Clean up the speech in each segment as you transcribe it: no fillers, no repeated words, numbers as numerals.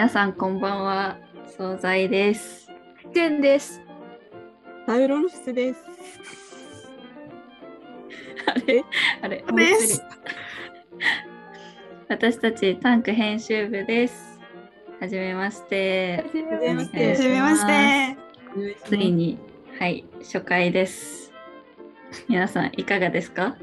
皆さんこんばんは、惣菜です。 てんです。 サウロロスです。 あれです。 私たちタンク編集部です。はじめまして。 はじめましお願いて。 します。ついに。 に、はい、初回です。皆さんいかがですか？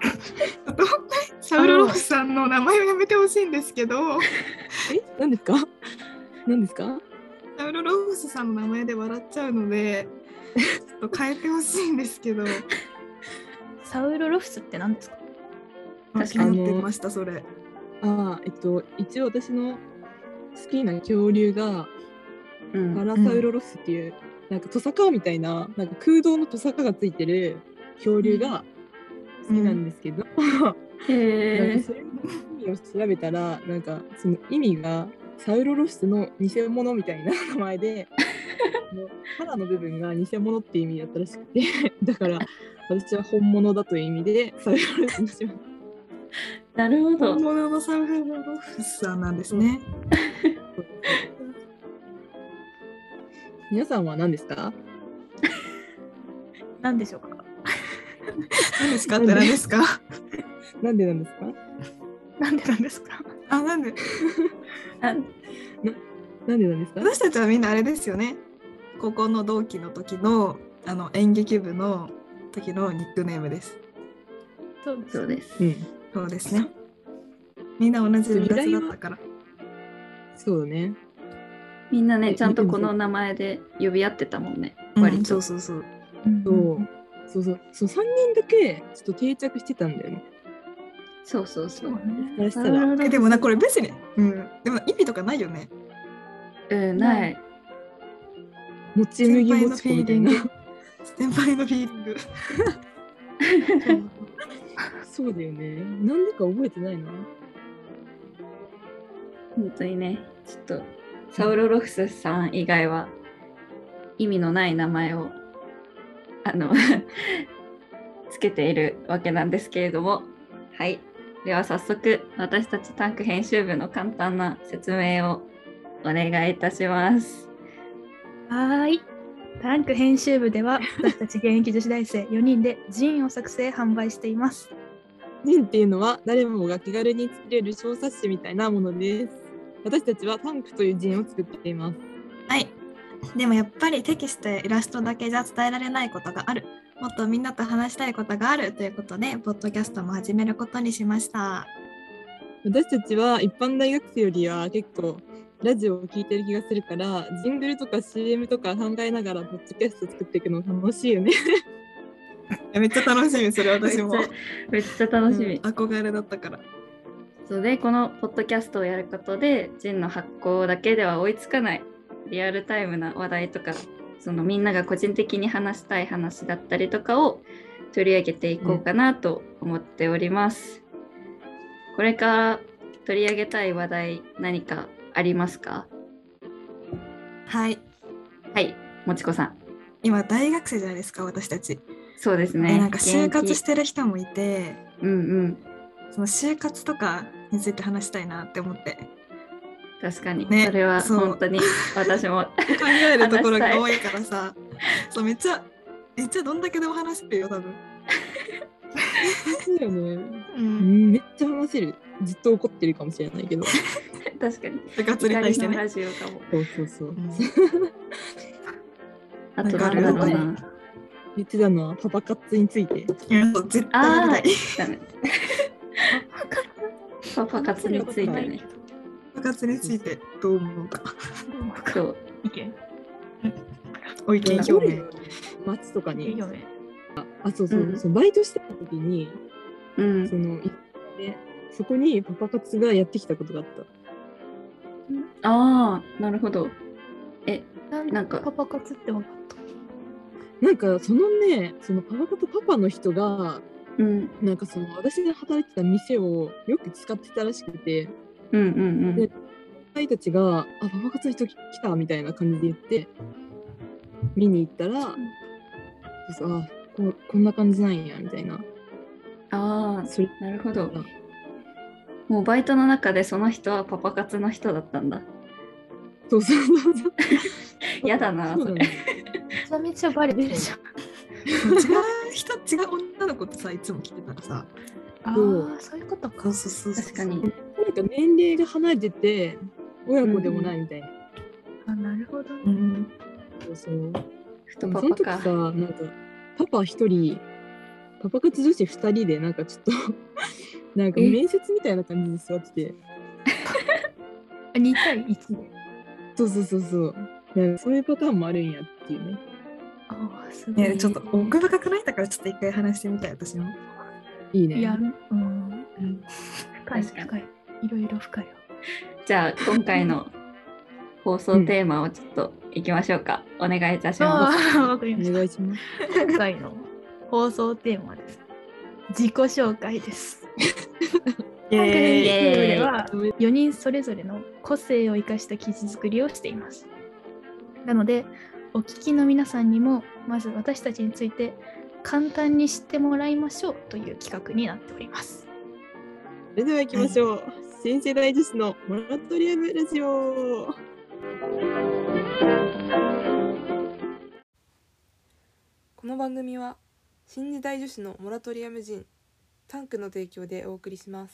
サウロロフさんの名前をやめてほしいんですけど。 何ですか？何ですか？ サウロロフスさんの名前で笑っちゃうので、ちょっと変えてほしいんですけど。 サウロロフスって何ですか？ 確かに気になってました、それ。 一応私の好きな恐竜が、パラサウロロスっていう、なんかトサカみたいな、なんか空洞のトサカがついてる恐竜が好きなんですけど、なんかそれの意味を調べたら、なんかその意味がサウロロスの偽物みたいな名前で、もう腹の部分が偽物っていう意味だったらしくて、だから私は本物だという意味でサウロロスにしました。 なるほど。 本物のサウロロフスさんなんですね。 皆さんは何ですか？ 何でしょうか？ 何ですかって何ですか？ なんでなんですか？ なんでなんですか？ なんでなんでなんですか？ 私たちはみんなあれですよね。高校の同期の時の演劇部の時のニックネームです。 そうです。 そうですね。みんな同じ部活だったから。 そうね。 みんなね、ちゃんとこの名前で呼び合ってたもんね。 割と。そう。 3人だけちょっと定着してたんだよね。 そう。 でもこれ別に、でも意味とかないよね。 ない。 もち麦もちこみたいな。 先輩のフィーリング。 そうだよね。なんでか覚えてないな。 本当にね、ちょっとサウロロフスさん以外は意味のない名前をつけているわけなんですけれども、はい。では早速私たちタンク編集部の簡単な説明をお願いいたします。 はい。タンク編集部では私たち現役女子大生4人でジンを作成販売しています。 ジンっていうのは誰もが気軽に作れる小冊子みたいなものです。私たちはタンクというジンを作っています。 はい。でもやっぱりテキストやイラストだけじゃ伝えられないことがある。もっとみんなと話したいことがあるということで、ポッドキャストも始めることにしました。 私たちは一般大学生よりは結構ラジオを聞いてる気がするから、ジングルとか CM とか考えながらポッドキャスト作っていくの楽しいよね。 めっちゃ楽しみ、それ私も。 めっちゃ楽しみ。 憧れだったから。 そうで、このポッドキャストをやることで、ジンの発行だけでは追いつかないリアルタイムな話題とか、そのみんなが個人的に話したい話だったりとかを取り上げていこうかなと思っております。これから取り上げたい話題何かありますか？ はい。 はい、もちこさん。 今大学生じゃないですか、私たち。 そうですね。 なんか就活してる人もいて、その就活とかについて話したいなって思って。 確かに、ね、それは本当に私も考えるところが多いからさ、そうめっちゃどんだけでも話してるよ多分。 そうよね、めっちゃ話せる。ずっと怒ってるかもしれないけど。 確かに。 部活に対してね。 ラジオかも。 そう。 あと誰だろうな。 言ってたのはパパ活について。 絶対やりたい。パパ活についてね。 パパ活についてどう思うか。 そう意見。 お意見表明。 街とかに。 そうバイトしてた時に、そこにパパ活がやってきたことがあった。 ああ、なるほど。 なんかパパ活って分かった。 なんかそのパパ活パパの人が、なんか私が働いてた店をよく使ってたらしくて、で、私たちがパパ活の人来たみたいな感じで言って見に行ったら、こんな感じなんやみたいな。 なるほど。もうバイトの中でその人はパパ活の人だったんだ。 そうそうそう。 やだな、それ。 そうなの。 めちゃめちゃバレてるじゃん。 違う女の子とさいつも来てたらさ、 あそうあ、そういうことか。 そう確かに。 なんか年齢が離れてて親子でもないみたいな。 あ、なるほど。 うんそうそう。 太パその時パか。 さ、なんかパパ一人、パパ活女子2人でなんかちょっとなんか面接みたいな感じで座ってて、 2対1で。 そうそうそうそう。なんかそういうパターンもあるんやっていうね。 ああ、すごい。 ね、ちょっと奥深くない？だからちょっと一回話してみたい私も。 いいね。 いや、 うん深い確かに深い。いろいろ深いよ。 じゃあ今回の放送テーマをちょっといきましょうか。お願いいたしまああ、わかりまおした。 願いします。 今回の放送テーマです。自己紹介です。 イタンク編集部エーイでは4人それぞれの個性を生かした記事作りをしています。なので、お聞きの皆さんにもまず私たちについて簡単に知ってもらいましょうという企画になっております。 それでは行きましょう。新世代女子のモラトリアムラジオ。この番組は新時代女子のモラトリアム人タンクの提供でお送りします。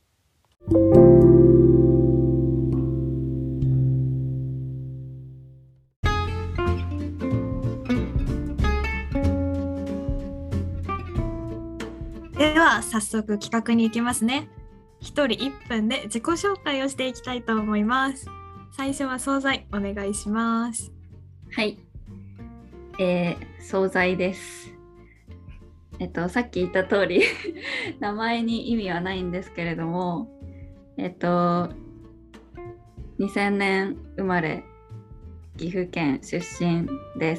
では早速企画に行きますね。一人1分で自己紹介をしていきたいと思います。最初は惣菜お願いします。 す。はい。惣菜です。さっき言った通り名前に意味はないんですけれども、2000年生まれ、岐阜県出身です。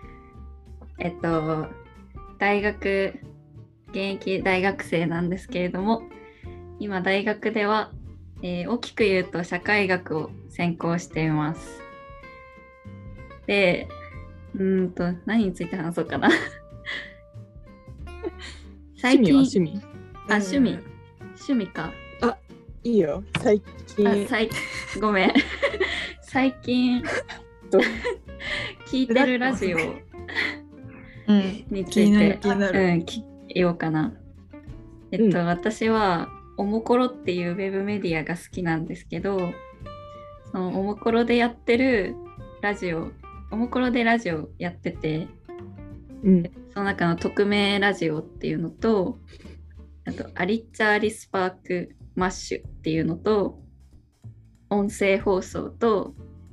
大学、現役大学生なんですけれども、今大学では、大きく言うと社会学を専攻しています。で、何について話そうかな。最近、 趣味趣味か。 いいよ。最近ごめん。最近ど聞いてるラジオについて気になる。 聞ようかな。私はおもころっていうウェブメディアが好きなんですけど、そのおもころでやってるラジオ、おもころでラジオやってて、その中の匿名ラジオっていうのと、あとアリッチャーリスパークマッシュっていうのと、音声放送と、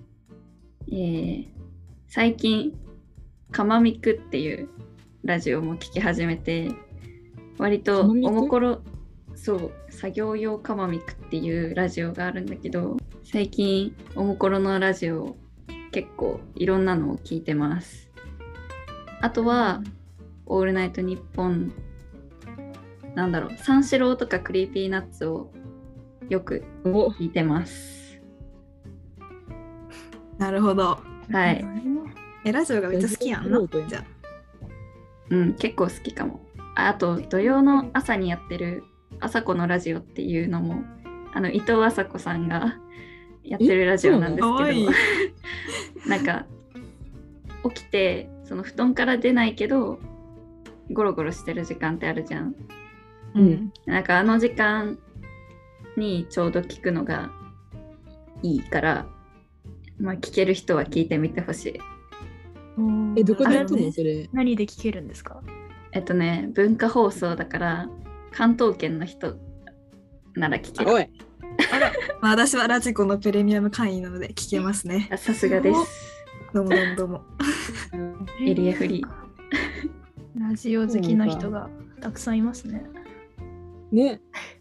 最近カマミクっていうラジオも聞き始めて、割とおもころ、そう作業用カマミクっていうラジオがあるんだけど、最近おもころのラジオ結構いろんなのを聞いてます。あとはオールナイトニッポン、三四郎とかクリーピーナッツをよく聞いてます。 なるほど。 はい。 ラジオがめっちゃ好きやんな。じゃあ結構好きかも。あと土曜の朝にやってる朝子のラジオっていうのも、伊藤麻子さんがやってるラジオなんですけど、なんか起きてその布団から出ないけどゴロゴロしてる時間ってあるじゃん。なんか時間にちょうど聞くのがいいから、聞ける人は聞いてみてほしい。 どこでやるのそれ？ 何で聞けるんですか？ 文化放送だから関東圏の人なら聞ける。 おい。 私はラジコのプレミアム会員なので聞けますね。 さすがです。 どうも。 エリアフリー。 ラジオ好きな人がたくさんいますね。 ね。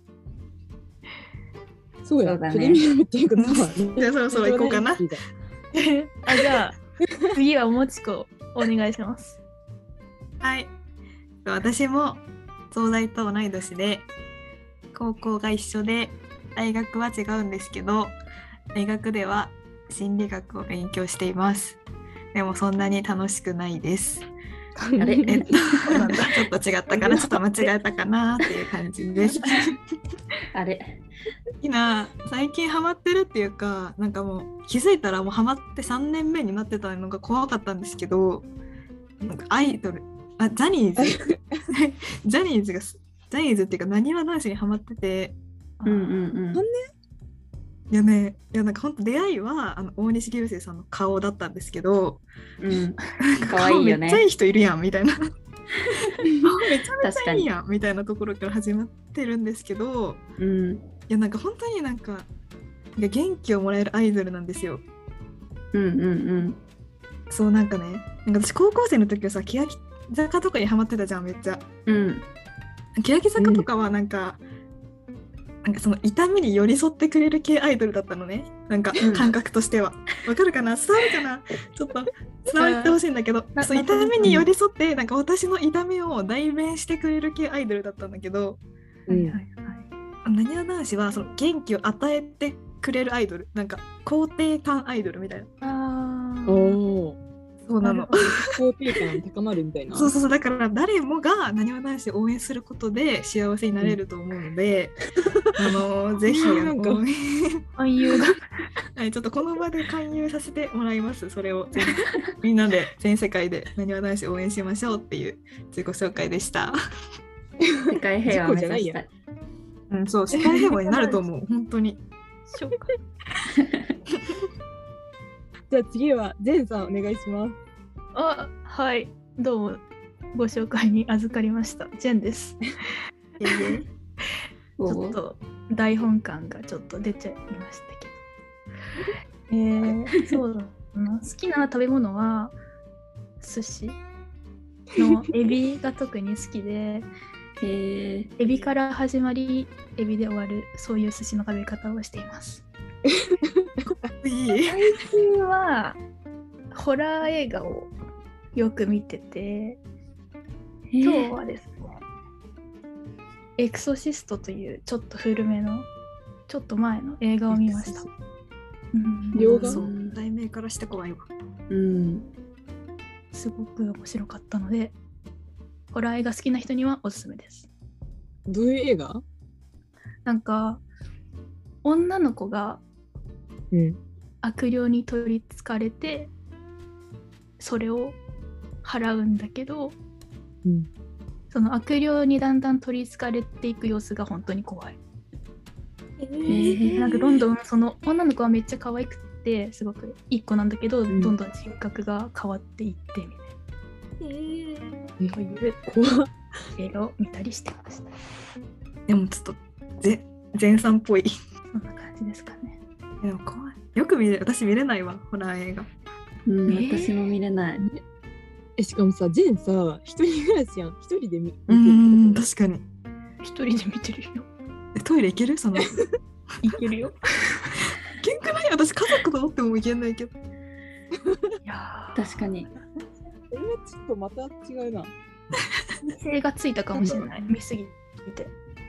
そうや、 そうだね。 プレミアムっていうことは、 じゃあそろそろ行こうかな。 じゃあ次はもちこお願いします。 はい。私も東大と同い年で、高校が一緒で大学は違うんですけど、大学では心理学を勉強しています。でもそんなに楽しくないです。 あれちょっと違ったかな、ちょっと間違えたかなっていう感じです。 あれきな最近ハマってるっていうか、なんかもう気づいたらもうハマって3年目になってたのが怖かったんですけど、なんかアイドル、ジャニーズジャニーズっていうかなにわ男子にハマってて、いやなんか本当出会いは大西流星さんの顔だったんですけど、 可愛いよね。 めっちゃいい人いるやんみたいなめちゃめちゃいいやんみたいなところから始まってるんですけど、いやなんか本当になんか元気をもらえるアイドルなんですよ。そうなんかね、なんか私高校生の時はさ、欅坂とかにハマってたじゃん、めっちゃ。欅坂とかはなんかその痛みに寄り添ってくれる系アイドルだったのね、なんか感覚としては。わかるかな、伝わるかな、ちょっと伝わってほしいんだけど、そう痛みに寄り添ってなんか私の痛みを代弁してくれる系アイドルだったんだけど、なにわ男子はその元気を与えてくれるアイドル、なんか肯定感アイドルみたいな。そうなの。 肯定感高まるみたいな。 そうだから誰もがなにわ男子を応援することで幸せになれると思うので、ぜひなんか勧誘がはい、ちょっとこの場で勧誘させてもらいます。それをみんなで全世界でなにわ男子を応援しましょうっていう自己紹介でした。 世界平和目指したい。 そう、世界平和になると思う本当に。 じゃあ次はジェンさんお願いします。 はい、どうもご紹介に預かりました。ジェンです。ちょっと台本感がちょっと出ちゃいましたけど、そうだな、好きな食べ物は寿司のエビが特に好きでエビから始まりエビで終わる、そういう寿司の食べ方をしています。最近はホラー映画をよく見てて、今日はですね、エクソシストというちょっと古めのちょっと前の映画を見ました。 洋画、題名からして怖いわ。 すごく面白かったので、ホラー映画好きな人にはおすすめです。 どういう映画？ なんか女の子が悪霊に取りつかれてそれを払うんだけど、その悪霊にだんだん取りつかれていく様子が本当に怖い。なんかどんどんその女の子はめっちゃ可愛くてすごくいい子なんだけど、どんどん人格が変わっていってみたいな、という映画を見たりしてました。 でもちょっと前さんっぽい。 そんな感じですかね。 でも怖い。よく見れる。私見れないわ、ホラー映画。 私も見れない。 しかもさ、ジェンさ、一人暮らしやん。一人で見てる。確かに。 一人で見てるよ。 トイレ行ける？その行けるよ。 行けんくない？私家族と思っても行けないけど。いや確かに。 それはちょっとまた違うな。 性がついたかもしれない。見すぎて。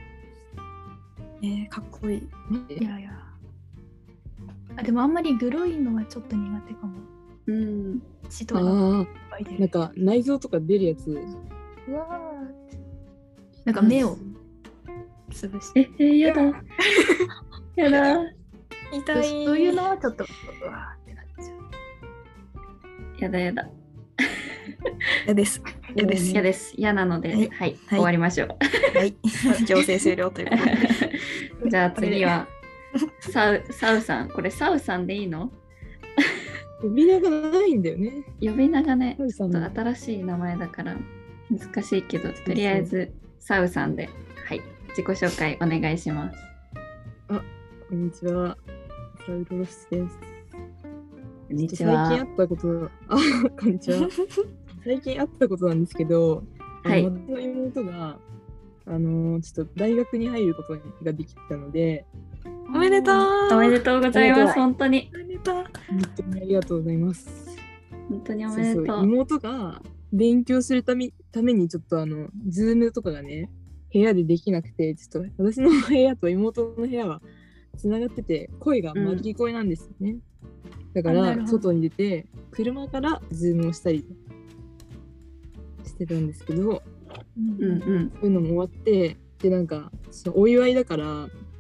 かっこいい。 いやでもあんまりグロいのはちょっと苦手かも。血とかいっぱい出る。 なんか内臓とか出るやつ。 うわー。なんか目を潰して。 やだ。やだ。 痛い。 そういうのはちょっとうわーってなっちゃう。 やだやだ。 嫌です。嫌です。 嫌です。嫌なので、はい、終わりましょう。 はい。強制終了ということで。 じゃあ次はサウさん。これサウさんでいいの？ 呼び名がないんだよね。 呼び名がね、ちょっと新しい名前だから難しいけど、とりあえずサウさんで、はい、自己紹介お願いします。 こんにちは。サウロロスです。 こんにちは。 最近あったこと、こんにちは。最近あったことなんですけど、 はい、 私の妹がちょっと大学に入ることができたので、 おめでとう。 おめでとうございます。本当に。 おめでとう。 本当にありがとうございます。 本当におめでとう。 そう妹が勉強するためにちょっとズームとかがね、部屋でできなくて、ちょっと私の部屋と妹の部屋はつながってて、声が丸聞こえなんですよね。だから外に出て車からズームをしたりしてたんですけど、そういうのも終わって、でなんかそのお祝いだから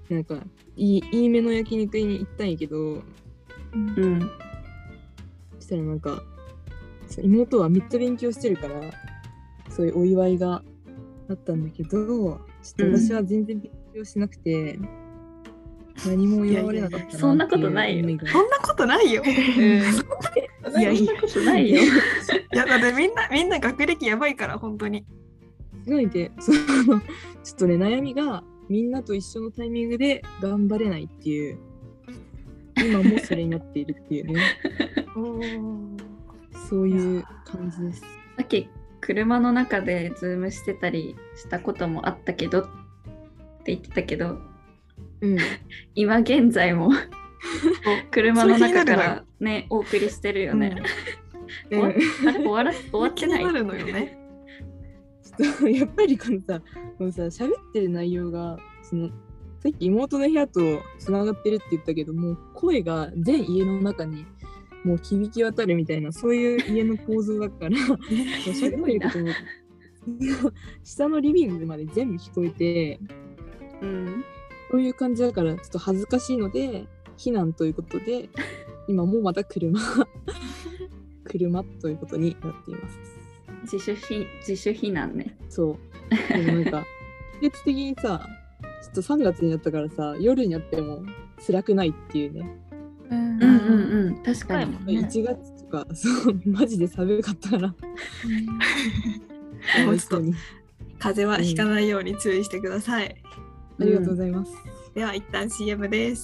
なんかいいめの焼肉に行ったんやけど、 うんそしたらなんか妹はめっちゃ勉強してるからそういうお祝いがあったんだけど、ちょっと私は全然勉強しなくて、何も祝われなかったなっていう。 そんなことないよ。 そんなことないよ。 いや、そんなことないよ。 いやだってみんな学歴やばいから本当に。 ないで、ちょっとね悩みがみんなと一緒のタイミングで頑張れないっていう、今もそれになっているっていうねそういう感じです。 さっき車の中でズームしてたりしたこともあったけどって言ってたけど、今現在も車の中からねお送りしてるよね。終わってない。 気になるのよね。 ちょっとやっぱりこのさ喋ってる内容がさっき妹の部屋とつながってるって言ったけど、もう声が全家の中にもう響き渡るみたいな、そういう家の構造だから喋ってることも下のリビングまで全部聞こえて、そういう感じだからちょっと恥ずかしいので避難ということで今もまた車ということになっています。 自主避難ね。 そう。でもなんか季節的にさ、ちょっと3月になったからさ、夜になっても辛くないっていうね。 確かに、 1月とかそうマジで寒かったから本当に風邪はひかないように注意してください。 ありがとうございます。 では一旦 CM です。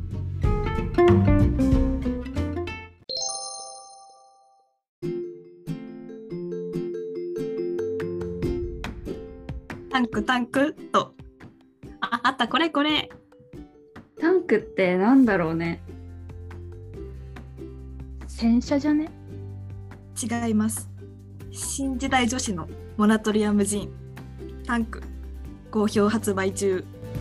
タンクとあったこれタンクってなんだろうね。 洗車じゃね？ 違います。新時代女子のモラトリアムジンタンク好評発売中。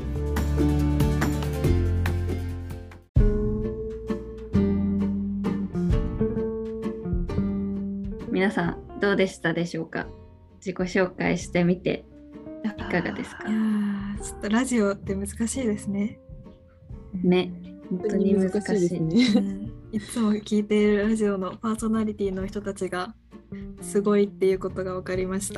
皆さんどうでしたでしょうか？自己紹介してみていかがですか？ いやちょっとラジオって難しいですね。 ね、本当に難しいですね。 いつも聞いているラジオのパーソナリティの人たちがすごいっていうことが分かりました。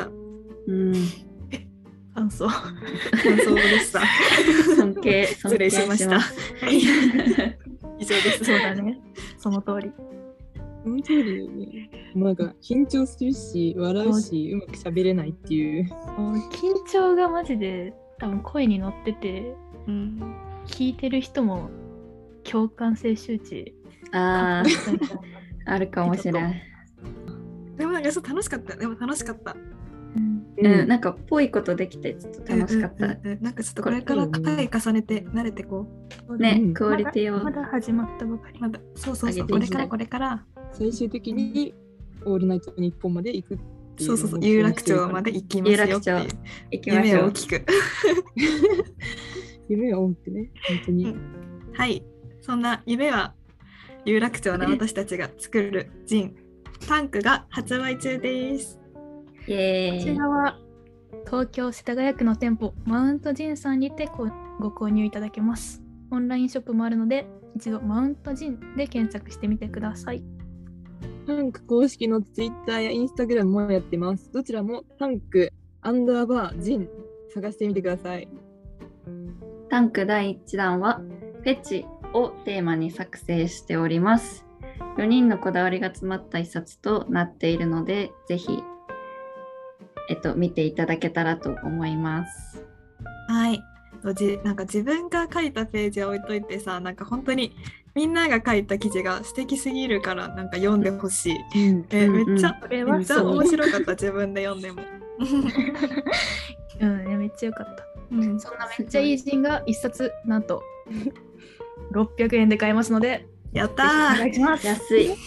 感想でした。 尊敬失礼しました。以上です。 そうだね。その通り。 その通りよね。なんか緊張するし笑うしうまく喋れないっていう。 緊張がマジで多分声に乗ってて、聞いてる人も共感性周知あるかもしれない。 でもなんか楽しかった。 なんかぽいことできてちょっと楽しかった。 なんかちょっとこれから回重ねて慣れてこう。 ね、クオリティをまだ始まったばかり。 そうこれから最終的にオールナイト日本まで行くっていう。 そう有楽町まで行きますよっていう夢を大きく夢を大きくね、本当に。 はい、そんな夢は有楽町の私たちが作るジンタンクが発売中です。 イエーイ。 こちらは東京世田谷区の店舗マウントジンさんにてご購入いただけます。オンラインショップもあるので一度マウントジンで検索してみてください。 タンク公式の Twitter や Instagram もやってます。どちらもタンク_ジン探してみてください。 タンク第1弾はフェチをテーマに作成しております。4人のこだわりが詰まった一冊となっているので、ぜひ、見ていただけたらと思います。 はい。なんか自分が書いたページは置いといてさ、なんか本当にみんなが書いた記事が素敵すぎるからなんか読んでほしい。めっちゃ面白かった。自分で読んでも。 めっちゃよかった。そんなめっちゃいいジンが1冊なんと600円で買えますので、 やったー。 お願いします。 安い。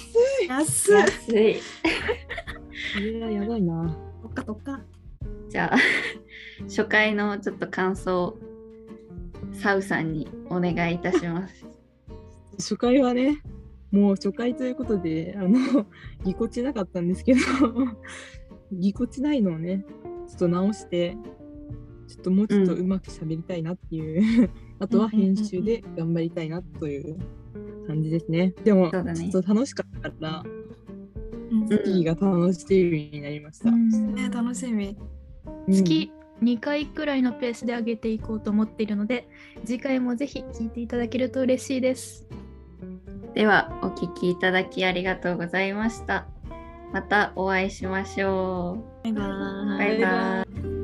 いやばいな。 とか。 じゃあ初回のちょっと感想サウさんにお願いいたします。 初回はね、もう初回ということでぎこちなかったんですけどぎこちないのをねちょっと直してちょっともうちょっとうまく喋りたいなっていう、あとは編集で頑張りたいなという感じですね。でも、 そうだねちょっと楽しかったから、 うんスキーが楽しみになりました。 楽しみ。 月2回くらいのペースで上げていこうと思っているので、次回もぜひ聞いていただけると嬉しいです。 ではお聞きいただきありがとうございました。またお会いしましょう。 バイバーイ。 バイバイ。